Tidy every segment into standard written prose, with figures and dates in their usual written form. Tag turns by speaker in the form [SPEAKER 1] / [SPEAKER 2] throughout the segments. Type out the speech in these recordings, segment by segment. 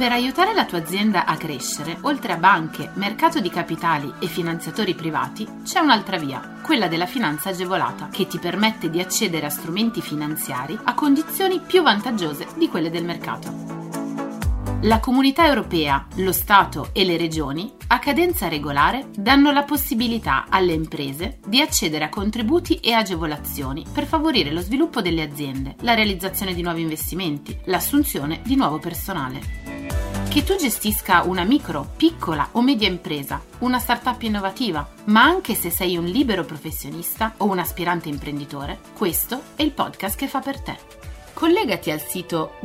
[SPEAKER 1] Per aiutare la tua azienda a crescere, oltre a banche, mercato di capitali e finanziatori privati, c'è un'altra via, quella della finanza agevolata, che ti permette di accedere a strumenti finanziari a condizioni più vantaggiose di quelle del mercato. La Comunità Europea, lo Stato e le Regioni, a cadenza regolare, danno la possibilità alle imprese di accedere a contributi e agevolazioni per favorire lo sviluppo delle aziende, la realizzazione di nuovi investimenti, l'assunzione di nuovo personale. Che tu gestisca una micro, piccola o media impresa, una startup innovativa, ma anche se sei un libero professionista o un aspirante imprenditore, questo è il podcast che fa per te. Collegati al sito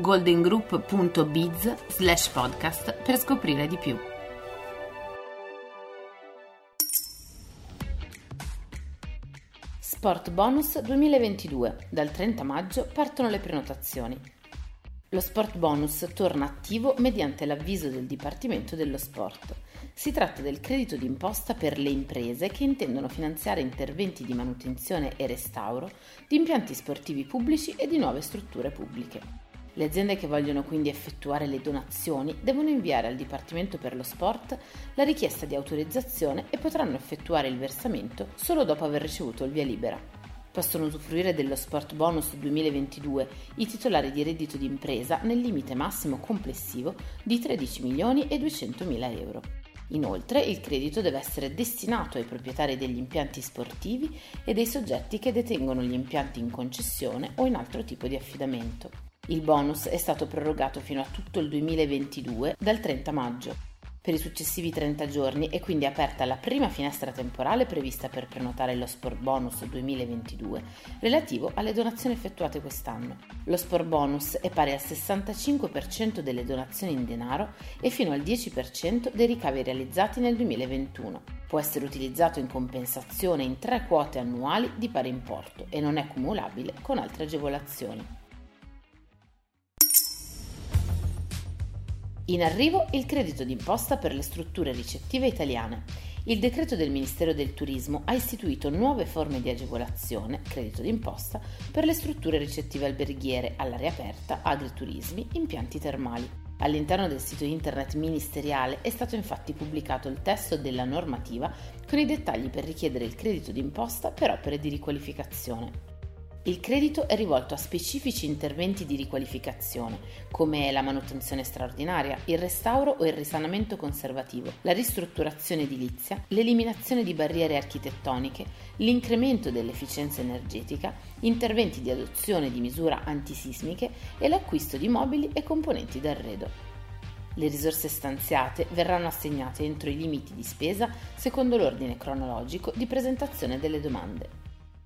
[SPEAKER 1] goldengroup.biz/podcast per scoprire di più. Sport Bonus 2022. Dal 30 maggio partono le prenotazioni. Lo Sport Bonus torna attivo mediante l'avviso del Dipartimento dello Sport. Si tratta del credito d'imposta per le imprese che intendono finanziare interventi di manutenzione e restauro di impianti sportivi pubblici e di nuove strutture pubbliche. Le aziende che vogliono quindi effettuare le donazioni devono inviare al Dipartimento per lo Sport la richiesta di autorizzazione e potranno effettuare il versamento solo dopo aver ricevuto il via libera. Possono usufruire dello Sport Bonus 2022 i titolari di reddito d'impresa nel limite massimo complessivo di 13.200.000 euro. Inoltre, il credito deve essere destinato ai proprietari degli impianti sportivi e dei soggetti che detengono gli impianti in concessione o in altro tipo di affidamento. Il bonus è stato prorogato fino a tutto il 2022 dal 30 maggio. Per i successivi 30 giorni è quindi aperta la prima finestra temporale prevista per prenotare lo Sport Bonus 2022 relativo alle donazioni effettuate quest'anno. Lo Sport Bonus è pari al 65% delle donazioni in denaro e fino al 10% dei ricavi realizzati nel 2021. Può essere utilizzato in compensazione in 3 quote annuali di pari importo e non è cumulabile con altre agevolazioni. In arrivo il credito d'imposta per le strutture ricettive italiane. Il decreto del Ministero del Turismo ha istituito nuove forme di agevolazione, credito d'imposta, per le strutture ricettive alberghiere, all'aria aperta, agriturismi, impianti termali. All'interno del sito internet ministeriale è stato infatti pubblicato il testo della normativa con i dettagli per richiedere il credito d'imposta per opere di riqualificazione. Il credito è rivolto a specifici interventi di riqualificazione, come la manutenzione straordinaria, il restauro o il risanamento conservativo, la ristrutturazione edilizia, l'eliminazione di barriere architettoniche, l'incremento dell'efficienza energetica, interventi di adozione di misure antisismiche e l'acquisto di mobili e componenti d'arredo. Le risorse stanziate verranno assegnate entro i limiti di spesa secondo l'ordine cronologico di presentazione delle domande.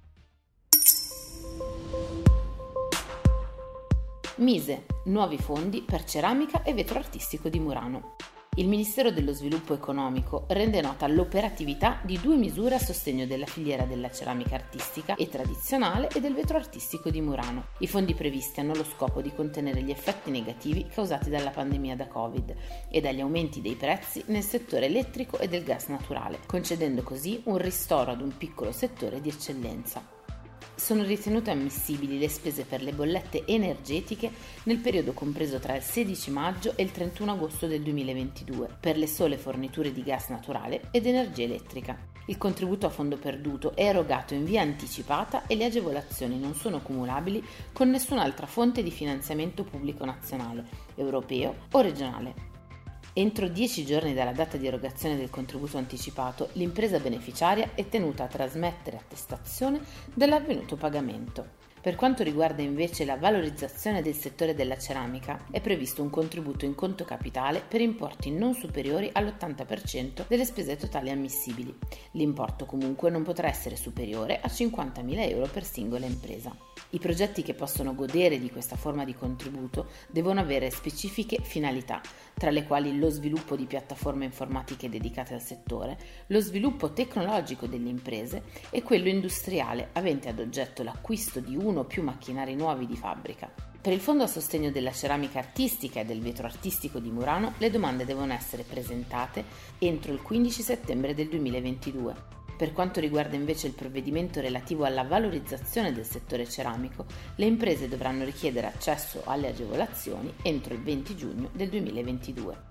[SPEAKER 1] Mise, nuovi fondi per ceramica e vetro artistico di Murano. Il Ministero dello Sviluppo Economico rende nota l'operatività di 2 misure a sostegno della filiera della ceramica artistica e tradizionale e del vetro artistico di Murano. I fondi previsti hanno lo scopo di contenere gli effetti negativi causati dalla pandemia da Covid e dagli aumenti dei prezzi nel settore elettrico e del gas naturale, concedendo così un ristoro ad un piccolo settore di eccellenza. Sono ritenute ammissibili le spese per le bollette energetiche nel periodo compreso tra il 16 maggio e il 31 agosto del 2022 per le sole forniture di gas naturale ed energia elettrica. Il contributo a fondo perduto è erogato in via anticipata e le agevolazioni non sono cumulabili con nessun'altra fonte di finanziamento pubblico nazionale, europeo o regionale. Entro 10 giorni dalla data di erogazione del contributo anticipato, l'impresa beneficiaria è tenuta a trasmettere attestazione dell'avvenuto pagamento. Per quanto riguarda invece la valorizzazione del settore della ceramica, è previsto un contributo in conto capitale per importi non superiori all'80% delle spese totali ammissibili. L'importo comunque non potrà essere superiore a 50.000 euro per singola impresa. I progetti che possono godere di questa forma di contributo devono avere specifiche finalità, tra le quali lo sviluppo di piattaforme informatiche dedicate al settore, lo sviluppo tecnologico delle imprese e quello industriale, avente ad oggetto l'acquisto di uno o più macchinari nuovi di fabbrica. Per il fondo a sostegno della ceramica artistica e del vetro artistico di Murano, le domande devono essere presentate entro il 15 settembre del 2022. Per quanto riguarda invece il provvedimento relativo alla valorizzazione del settore ceramico, le imprese dovranno richiedere accesso alle agevolazioni entro il 20 giugno del 2022.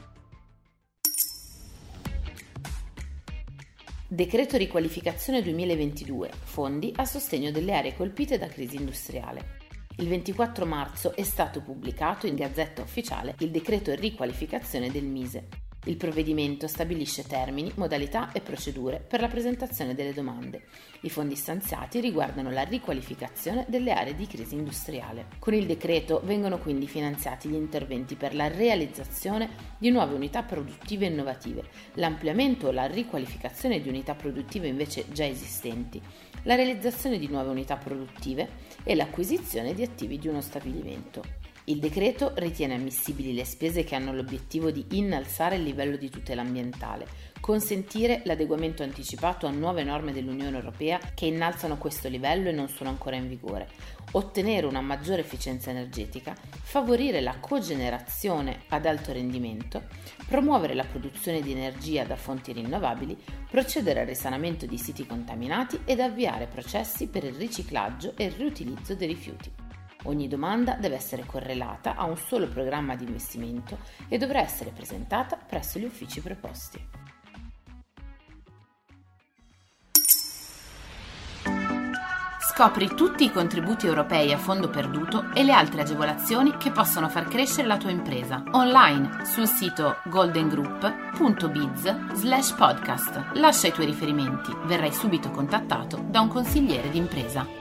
[SPEAKER 1] Decreto riqualificazione 2022, fondi a sostegno delle aree colpite da crisi industriale. Il 24 marzo è stato pubblicato in Gazzetta Ufficiale il decreto riqualificazione del Mise. Il provvedimento stabilisce termini, modalità e procedure per la presentazione delle domande. I fondi stanziati riguardano la riqualificazione delle aree di crisi industriale. Con il decreto vengono quindi finanziati gli interventi per la realizzazione di nuove unità produttive innovative, l'ampliamento o la riqualificazione di unità produttive invece già esistenti, la realizzazione di nuove unità produttive e l'acquisizione di attivi di uno stabilimento. Il decreto ritiene ammissibili le spese che hanno l'obiettivo di innalzare il livello di tutela ambientale, consentire l'adeguamento anticipato a nuove norme dell'Unione Europea che innalzano questo livello e non sono ancora in vigore, ottenere una maggiore efficienza energetica, favorire la cogenerazione ad alto rendimento, promuovere la produzione di energia da fonti rinnovabili, procedere al risanamento di siti contaminati ed avviare processi per il riciclaggio e il riutilizzo dei rifiuti. Ogni domanda deve essere correlata a un solo programma di investimento e dovrà essere presentata presso gli uffici preposti. Scopri tutti i contributi europei a fondo perduto e le altre agevolazioni che possono far crescere la tua impresa online sul sito goldengroup.biz/podcast. Lascia i tuoi riferimenti, verrai subito contattato da un consigliere d'impresa.